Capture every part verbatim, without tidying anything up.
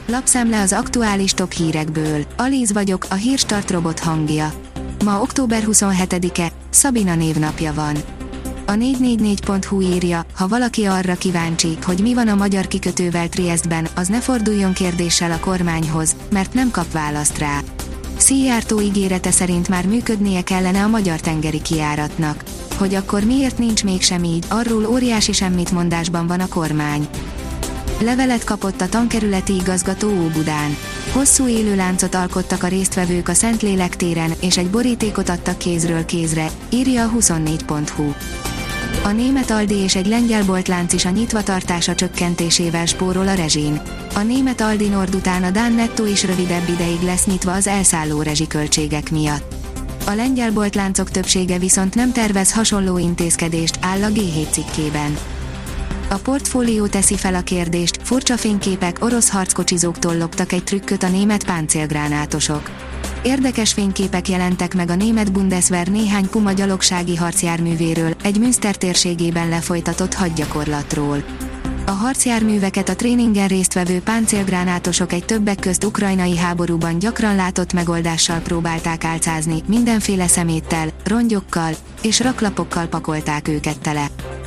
Lapszemle az aktuális top hírekből. Alíz vagyok, a Hírstart robot hangja. Ma október huszonhetedike, Szabina névnapja van. A négy négy négy pont hu írja, ha valaki arra kíváncsi, hogy mi van a magyar kikötővel Triesztben, az ne forduljon kérdéssel a kormányhoz, mert nem kap választ rá. Szijjártó ígérete szerint már működnie kellene a magyar tengeri kijáratnak. Hogy akkor miért nincs mégsem így, arról óriási semmitmondásban van a kormány. Levelet kapott a tankerületi igazgató Óbudán. Hosszú élőláncot alkottak a résztvevők a Szentlélek téren, és egy borítékot adtak kézről kézre, írja a huszonnégy pont hu. A német Aldi és egy lengyel boltlánc is a nyitvatartása csökkentésével spórol a rezsin. A német Aldi Nord után a dán Netto is rövidebb ideig lesz nyitva az elszálló rezsiköltségek miatt. A lengyel boltláncok többsége viszont nem tervez hasonló intézkedést, áll a gé hét cikkében. A Portfólió teszi fel a kérdést, furcsa fényképek, orosz harckocsizóktól loptak egy trükköt a német páncélgránátosok. Érdekes fényképek jelentek meg a német Bundeswehr néhány Puma gyalogsági harcjárművéről, egy Münster térségében lefolytatott hadgyakorlatról. A harcjárműveket a tréningen résztvevő páncélgránátosok egy többek közt ukrajnai háborúban gyakran látott megoldással próbálták álcázni, mindenféle szeméttel, rongyokkal és raklapokkal pakolták őket tele.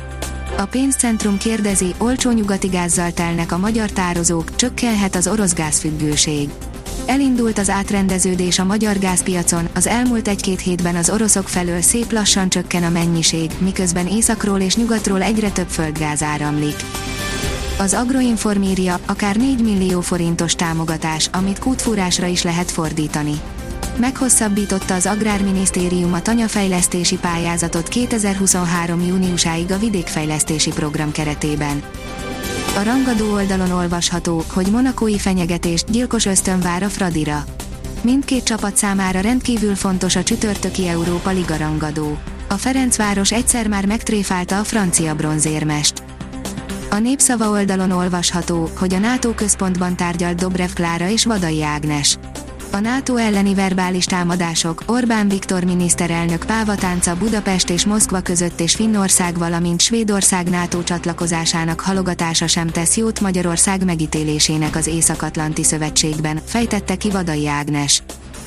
A pénzcentrum kérdezi, olcsó nyugati gázzal telnek a magyar tározók, csökkenhet az orosz gázfüggőség. Elindult az átrendeződés a magyar gázpiacon, az elmúlt egy-két hétben az oroszok felől szép lassan csökken a mennyiség, miközben északról és nyugatról egyre több földgáz áramlik. Az Agroinform írja, akár négy millió forintos támogatás, amit kútfúrásra is lehet fordítani. Meghosszabbította az Agrárminisztérium a tanyafejlesztési pályázatot kétezer-huszonhárom júniusáig a vidékfejlesztési program keretében. A rangadó oldalon olvasható, hogy monakói fenyegetést, gyilkos ösztön vár a Fradira. Mindkét csapat számára rendkívül fontos a csütörtöki Európa Liga rangadó. A Ferencváros egyszer már megtréfálta a francia bronzérmest. A Népszava oldalon olvasható, hogy a NATO központban tárgyalt Dobrev Klára és Vadai Ágnes. A NATO elleni verbális támadások, Orbán Viktor miniszterelnök pávatánca Budapest és Moszkva között és Finnország valamint Svédország NATO csatlakozásának halogatása sem tesz jót Magyarország megítélésének az Észak-Atlanti Szövetségben, fejtette ki Vadai Ágnes.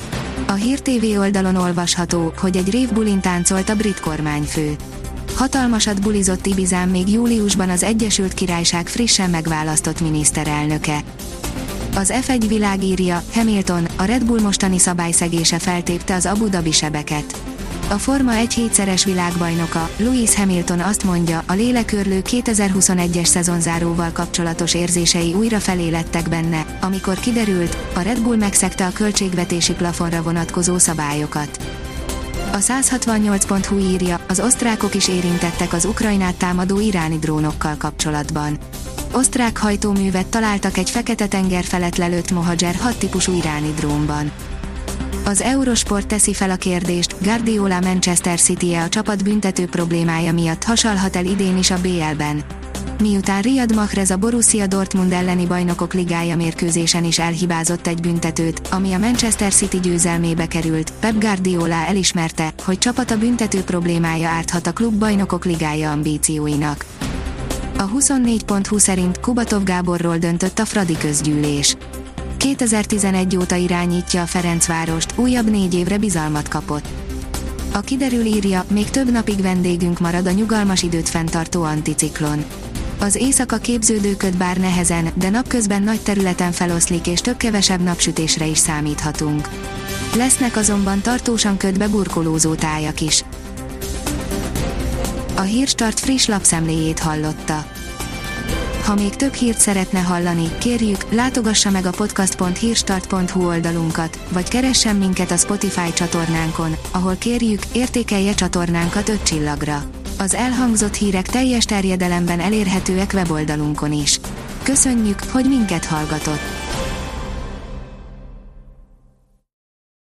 A Hír té vé oldalon olvasható, hogy egy révbulin táncolt a brit kormányfő. Hatalmasat bulizott Ibizán még júliusban az Egyesült Királyság frissen megválasztott miniszterelnöke. Az ef egy világ írja, Hamilton, a Red Bull mostani szabályszegése feltépte az Abu Dhabi sebeket. A Forma egy hétszeres világbajnoka, Lewis Hamilton azt mondja, a lélekörlő kétezer-huszonegyes szezonzáróval kapcsolatos érzései újra feléledtek benne, amikor kiderült, a Red Bull megszegte a költségvetési plafonra vonatkozó szabályokat. A száz hatvannyolc pont hu írja, az osztrákok is érintettek az Ukrajnát támadó iráni drónokkal kapcsolatban. Osztrák hajtóművet találtak egy Fekete-tenger felett lelőtt Mohajer hat típusú iráni drónban. Az Eurosport teszi fel a kérdést, Guardiola Manchester City-e a csapat büntető problémája miatt hasalhat el idén is a bé el-ben. Miután Riyad Mahrez a Borussia Dortmund elleni Bajnokok Ligája mérkőzésen is elhibázott egy büntetőt, ami a Manchester City győzelmébe került, Pep Guardiola elismerte, hogy csapata büntető problémája árthat a klub Bajnokok Ligája ambícióinak. A huszonnégy pont hu szerint Kubatov Gáborról döntött a Fradi közgyűlés. kétezer-tizenegy óta irányítja a Ferencvárost, újabb négy évre bizalmat kapott. A Kiderül írja, még több napig vendégünk marad a nyugalmas időt fenntartó anticiklon. Az éjszaka képződőköd bár nehezen, de napközben nagy területen feloszlik és több-kevesebb napsütésre is számíthatunk. Lesznek azonban tartósan ködbe burkolózó tájak is. A Hírstart friss lapszemléjét hallotta. Ha még több hírt szeretne hallani, kérjük, látogassa meg a podcast pont hírstart pont hu oldalunkat, vagy keressen minket a Spotify csatornánkon, ahol kérjük, értékelje csatornánkat öt csillagra. Az elhangzott hírek teljes terjedelemben elérhetőek weboldalunkon is. Köszönjük, hogy minket hallgatott!